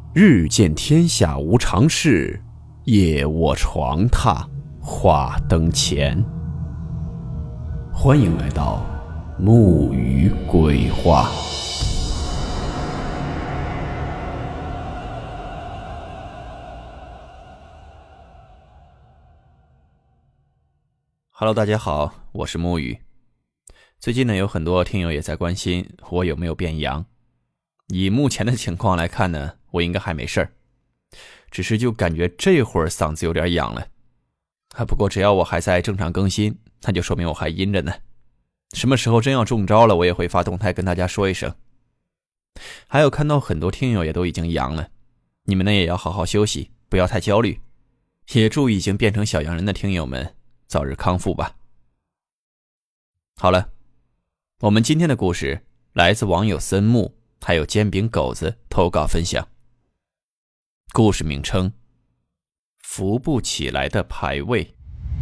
日见天下无常事，夜卧床榻话灯前。欢迎来到木鱼鬼话。Hello， 大家好，我是木鱼。最近呢，有很多听友也在关心我有没有变阳。以目前的情况来看呢，我应该还没事儿，只是就感觉这会儿嗓子有点痒了。不过只要我还在正常更新，那就说明我还阴着呢。什么时候真要中招了，我也会发动态跟大家说一声。还有看到很多听友也都已经阳了，你们呢也要好好休息，不要太焦虑。也祝已经变成小阳人的听友们早日康复吧。好了，我们今天的故事来自网友森木还有煎饼狗子投稿分享。故事名称：扶不起来的牌位。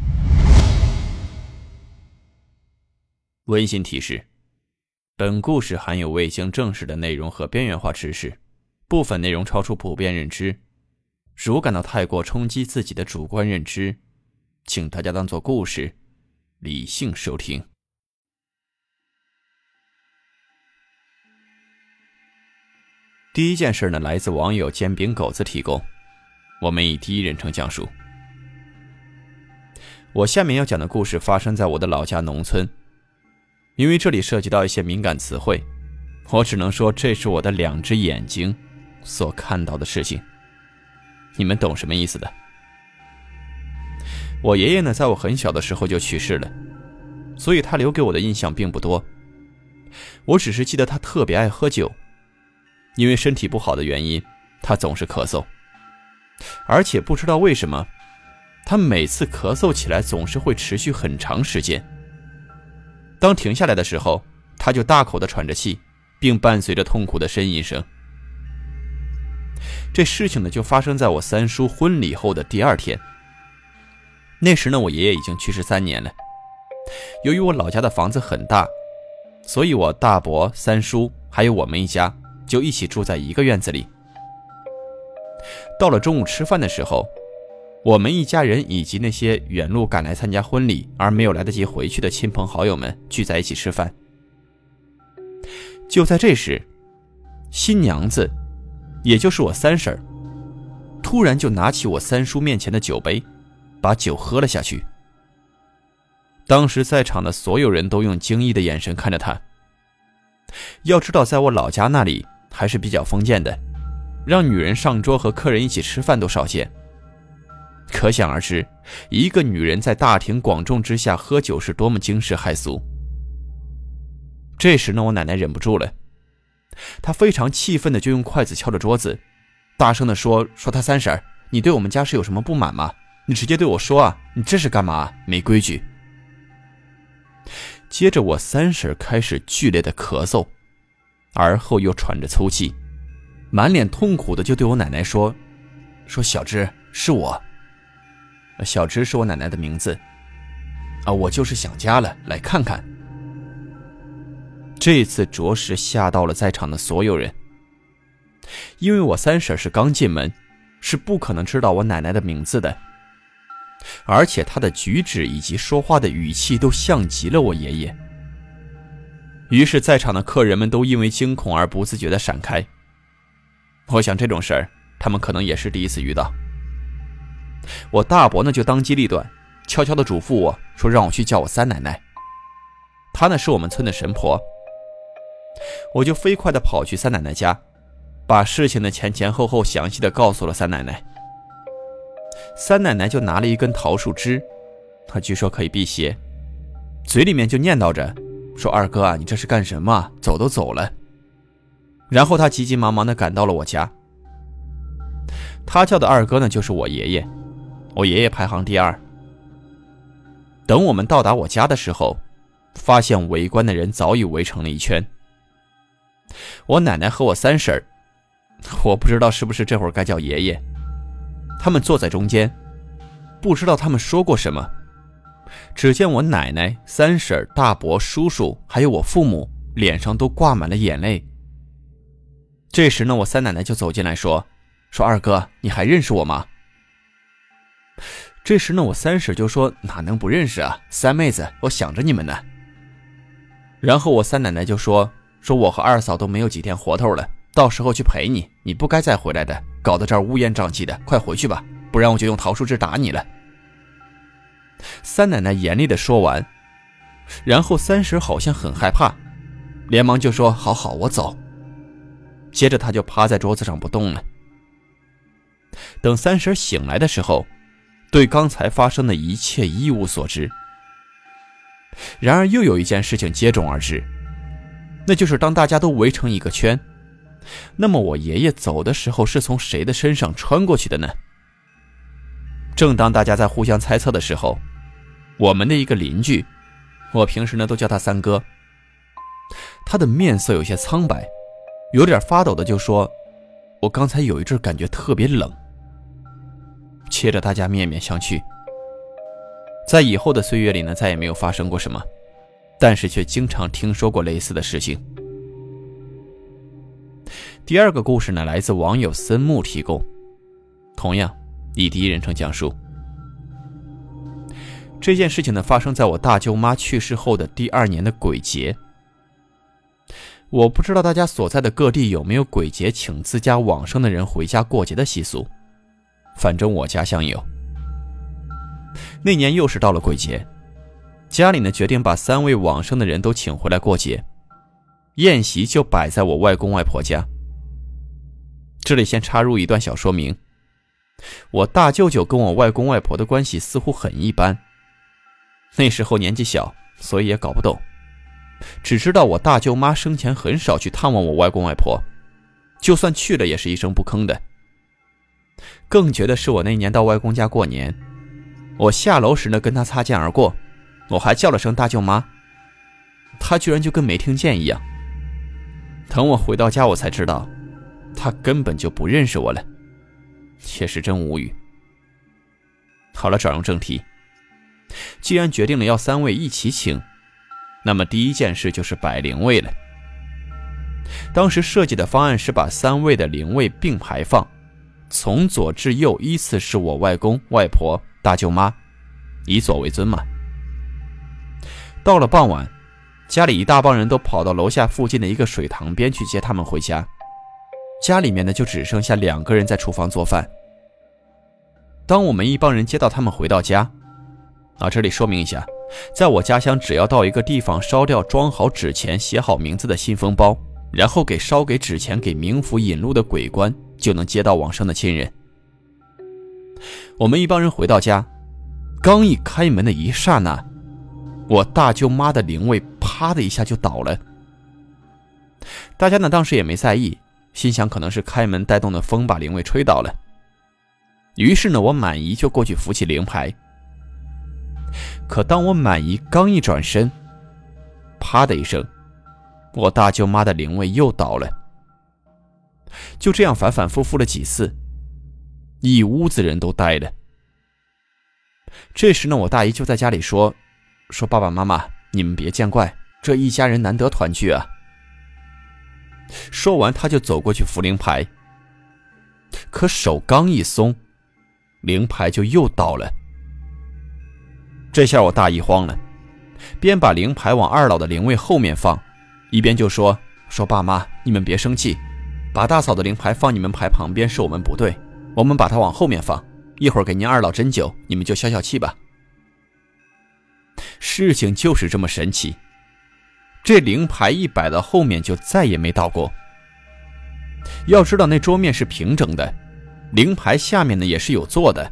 温馨提示：本故事含有未经证实的内容和边缘化知识，部分内容超出普遍认知。如感到太过冲击自己的主观认知，请大家当作故事，理性收听。第一件事呢，来自网友煎饼狗子提供，我们以第一人称讲述。我下面要讲的故事发生在我的老家农村，因为这里涉及到一些敏感词汇，我只能说这是我的两只眼睛所看到的事情，你们懂什么意思的。我爷爷呢，在我很小的时候就去世了，所以他留给我的印象并不多。我只是记得他特别爱喝酒，因为身体不好的原因，他总是咳嗽，而且不知道为什么，他每次咳嗽起来总是会持续很长时间。当停下来的时候，他就大口地喘着气，并伴随着痛苦的呻吟声。这事情呢，就发生在我三叔婚礼后的第二天。那时呢，我爷爷已经去世3年了。由于我老家的房子很大，所以我大伯、三叔还有我们一家就一起住在一个院子里。到了中午吃饭的时候，我们一家人以及那些远路赶来参加婚礼而没有来得及回去的亲朋好友们聚在一起吃饭。就在这时，新娘子，也就是我三婶，突然就拿起我三叔面前的酒杯，把酒喝了下去。当时在场的所有人都用惊异的眼神看着她。要知道在我老家那里还是比较封建的，让女人上桌和客人一起吃饭都少见。可想而知，一个女人在大庭广众之下喝酒是多么惊世骇俗。这时呢，我奶奶忍不住了，她非常气愤的就用筷子敲着桌子，大声的说她三婶，你对我们家是有什么不满吗？你直接对我说啊，你这是干嘛？没规矩。接着我三婶开始剧烈的咳嗽，而后又喘着粗气，满脸痛苦的就对我奶奶说小芝，是我。小芝是我奶奶的名字我就是想家了，来看看。这次着实吓到了在场的所有人，因为我三婶是刚进门，是不可能知道我奶奶的名字的，而且她的举止以及说话的语气都像极了我爷爷。于是在场的客人们都因为惊恐而不自觉地闪开。我想这种事儿他们可能也是第一次遇到。我大伯呢就当机立断，悄悄地嘱咐我说让我去叫我三奶奶，她呢是我们村的神婆。我就飞快地跑去三奶奶家，把事情的前前后后详细地告诉了三奶奶。三奶奶就拿了一根桃树枝，她据说可以辟邪，嘴里面就念叨着说二哥啊，你这是干什么？走都走了。然后她急急忙忙地赶到了我家。她叫的二哥呢就是我爷爷，我爷爷排行第二。等我们到达我家的时候，发现围观的人早已围成了一圈。我奶奶和我三婶，我不知道是不是这会儿该叫爷爷，他们坐在中间，不知道他们说过什么。只见我奶奶、三婶、大伯、叔叔还有我父母脸上都挂满了眼泪。这时呢，我三奶奶就走进来说说二哥，你还认识我吗？这时呢，我三婶就说哪能不认识啊，三妹子，我想着你们呢。然后我三奶奶就说我和二嫂都没有几天活头了，到时候去陪你，你不该再回来的，搞得这儿乌烟瘴气的，快回去吧，不然我就用桃树枝打你了。三奶奶严厉地说完，然后三婶好像很害怕，连忙就说好好，我走。接着她就趴在桌子上不动了。等三婶醒来的时候，对刚才发生的一切一无所知。然而又有一件事情接踵而至，那就是当大家都围成一个圈，那么我爷爷走的时候是从谁的身上穿过去的呢？正当大家在互相猜测的时候，我们的一个邻居，我平时呢都叫他三哥，他的面色有些苍白，有点发抖的就说，我刚才有一阵感觉特别冷。接着大家面面相觑。在以后的岁月里呢，再也没有发生过什么，但是却经常听说过类似的事情。第二个故事呢，来自网友森木提供，同样以第一人称讲述。这件事情呢，发生在我大舅妈去世后的第2年的鬼节。我不知道大家所在的各地有没有鬼节请自家往生的人回家过节的习俗，反正我家乡有。那年又是到了鬼节，家里呢决定把3位往生的人都请回来过节，宴席就摆在我外公外婆家。这里先插入一段小说明，我大舅舅跟我外公外婆的关系似乎很一般，那时候年纪小，所以也搞不懂，只知道我大舅妈生前很少去探望我外公外婆，就算去了也是一声不吭的。更觉得是我那年到外公家过年，我下楼时呢跟他擦肩而过，我还叫了声大舅妈，他居然就跟没听见一样。等我回到家我才知道，他根本就不认识我了，也是真无语。好了，转入正题，既然决定了要3位一起请，那么第一件事就是摆灵位了。当时设计的方案是把3位的灵位并排放，从左至右依次是我外公、外婆、大舅妈，以左为尊嘛。到了傍晚，家里一大帮人都跑到楼下附近的一个水塘边去接他们回家，家里面呢就只剩下2个人在厨房做饭。当我们一帮人接到他们回到家，这里说明一下，在我家乡只要到一个地方烧掉装好纸钱写好名字的信封包，然后烧给纸钱给冥府引路的鬼官，就能接到往生的亲人。我们一帮人回到家，刚一开门的一刹那，我大舅妈的灵位啪的一下就倒了。大家呢当时也没在意，心想可能是开门带动的风把灵位吹倒了。于是呢，我满姨就过去扶起灵牌。可当我满姨刚一转身，啪的一声，我大舅妈的灵位又倒了。就这样反反复复了几次，一屋子人都呆了。这时呢，我大姨就在家里说爸爸妈妈，你们别见怪，这一家人难得团聚啊。说完她就走过去扶灵牌，可手刚一松，灵牌就又倒了。这下我大姨慌了，边把灵牌往2老的灵位后面放，一边就说爸妈，你们别生气，把大嫂的灵牌放你们牌旁边是我们不对，我们把它往后面放，一会儿给您2老针灸，你们就消消气吧。事情就是这么神奇，这灵牌一摆到后面就再也没倒过。要知道那桌面是平整的，灵牌下面呢也是有座的。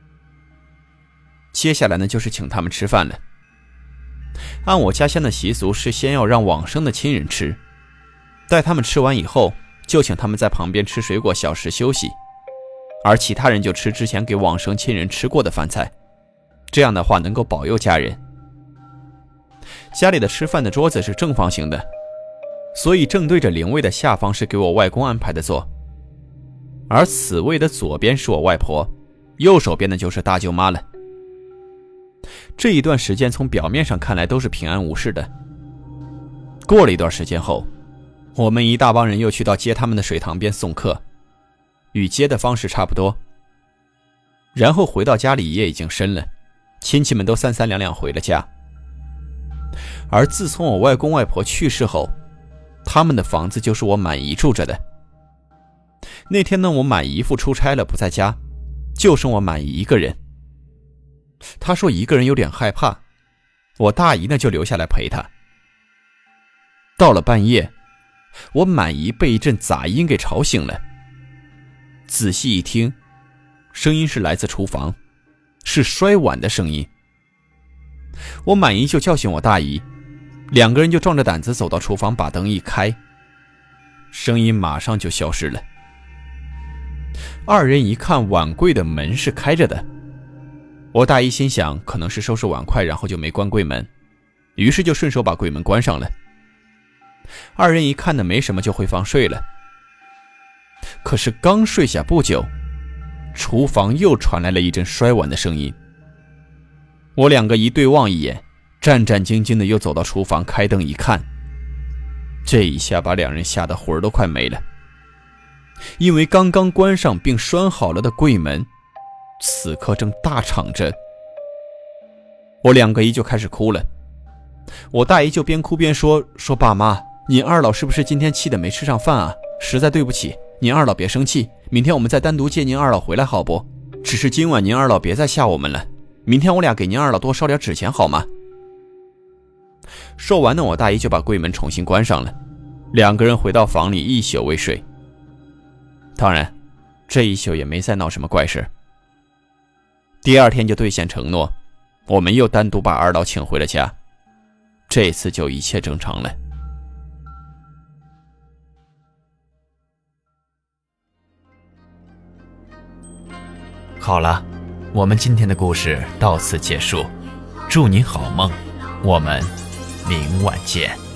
接下来呢就是请他们吃饭了。按我家乡的习俗是先要让往生的亲人吃，待他们吃完以后，就请他们在旁边吃水果小食休息，而其他人就吃之前给往生亲人吃过的饭菜，这样的话能够保佑家人。家里的吃饭的桌子是正方形的，所以正对着灵位的下方是给我外公安排的座，而此位的左边是我外婆，右手边的就是大舅妈了。这一段时间从表面上看来都是平安无事的。过了一段时间后，我们一大帮人又去到接他们的水塘边送客。 与接的方式差不多。然后回到家里夜已经深了，亲戚们都三三两两回了家。而自从我外公外婆去世后，他们的房子就是我满姨住着的。那天呢，我满姨夫出差了不在家，就剩我满姨一个人。她说一个人有点害怕，我大姨呢就留下来陪她。到了半夜，我满姨被一阵杂音给吵醒了。仔细一听，声音是来自厨房，是摔碗的声音。我满姨就叫醒我大姨，两个人就壮着胆子走到厨房，把灯一开，声音马上就消失了。二人一看碗柜的门是开着的，我大姨心想可能是收拾碗筷，然后就没关柜门，于是就顺手把柜门关上了。二人一看呢没什么，就回房睡了。可是刚睡下不久，厨房又传来了一阵摔碗的声音。我两个一对望一眼，战战兢兢的又走到厨房，开灯一看，这一下把两人吓得魂儿都快没了。因为刚刚关上并拴好了的柜门，此刻正大敞着。我两个姨就开始哭了。我大姨就边哭边说爸妈，您二老是不是今天气得没吃上饭啊？实在对不起，您二老别生气，明天我们再单独接您二老回来好不？只是今晚您二老别再吓我们了，明天我俩给您二老多烧点纸钱好吗？说完呢，我大姨就把柜门重新关上了，两个人回到房里一宿未睡。当然，这一宿也没再闹什么怪事。第二天就兑现承诺，我们又单独把二老请回了家，这次就一切正常了。 好了，我们今天的故事到此结束，祝您好梦，我们明晚见。